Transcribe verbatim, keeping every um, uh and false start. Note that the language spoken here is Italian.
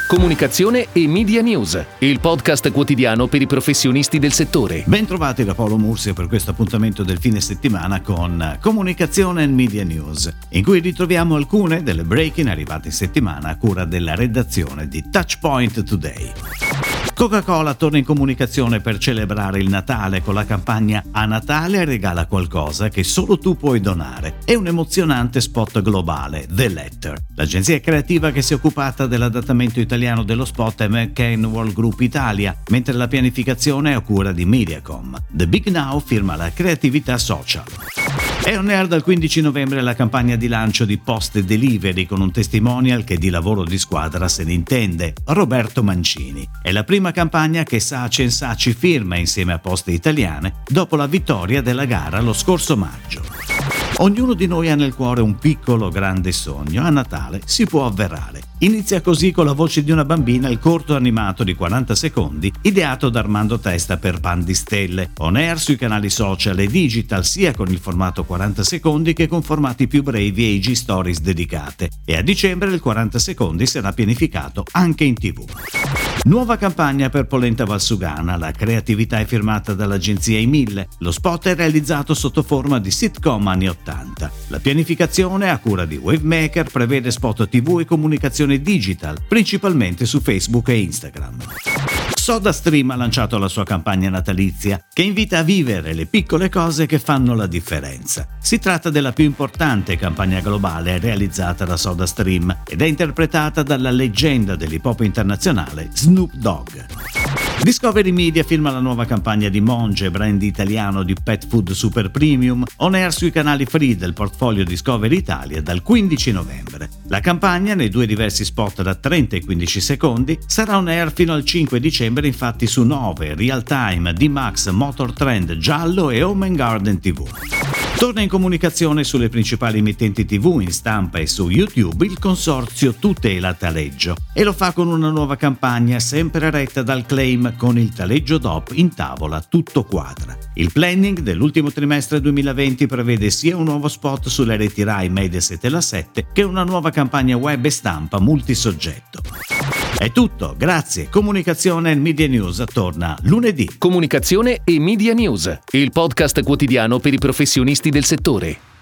Comunicazione e Media News, il podcast quotidiano per i professionisti del settore. Bentrovati da Paolo Mursio per questo appuntamento del fine settimana con Comunicazione e Media News, in cui ritroviamo alcune delle breaking arrivate in settimana a cura della redazione di Touchpoint Today. Coca-Cola torna in comunicazione per celebrare il Natale con la campagna A Natale regala qualcosa che solo tu puoi donare e un emozionante spot globale, The Letter. L'agenzia creativa che si è occupata dell'adattamento italiano dello spot è McCain World Group Italia, mentre la pianificazione è a cura di Mediacom. The Big Now firma la creatività social. È on air dal quindici novembre la campagna di lancio di Post Delivery con un testimonial che di lavoro di squadra se ne intende, Roberto Mancini. È la prima campagna che Saatchi and Saatchi firma insieme a Poste Italiane dopo la vittoria della gara lo scorso maggio. Ognuno di noi ha nel cuore un piccolo grande sogno, a Natale si può avverare. Inizia così con la voce di una bambina il corto animato di quaranta secondi ideato da Armando Testa per Pan di Stelle, on air sui canali social e digital sia con il formato quaranta secondi che con formati più brevi e I G Stories dedicate, e a dicembre il quaranta secondi sarà pianificato anche in tv. Nuova campagna per Polenta Valsugana, la creatività è firmata dall'agenzia I Mille, lo spot è realizzato sotto forma di sitcom anni ottanta. La pianificazione a cura di Wavemaker prevede spot tv e comunicazione digital, principalmente su Facebook e Instagram. SodaStream ha lanciato la sua campagna natalizia, che invita a vivere le piccole cose che fanno la differenza. Si tratta della più importante campagna globale realizzata da SodaStream ed è interpretata dalla leggenda dell'hip hop internazionale Snoop Dogg. Discovery Media firma la nuova campagna di Monge, brand italiano di pet food super premium, on air sui canali free del portfolio Discovery Italia dal quindici novembre. La campagna, nei due diversi spot da trenta e quindici secondi, sarà on air fino al cinque dicembre infatti su Nove, Real Time, D-Max, Motor Trend, Giallo e Home and Garden tivù. Torna in comunicazione sulle principali emittenti tivù in stampa e su YouTube il consorzio Tutela Taleggio e lo fa con una nuova campagna sempre retta dal claim con il Taleggio D O P in tavola tutto quadra. Il planning dell'ultimo trimestre duemilaventi prevede sia un nuovo spot sulle reti Rai, Mediaset e La sette che una nuova campagna web e stampa multisoggetto. È tutto, grazie. Comunicazione e Media News torna lunedì. Comunicazione e Media News, il podcast quotidiano per i professionisti del settore.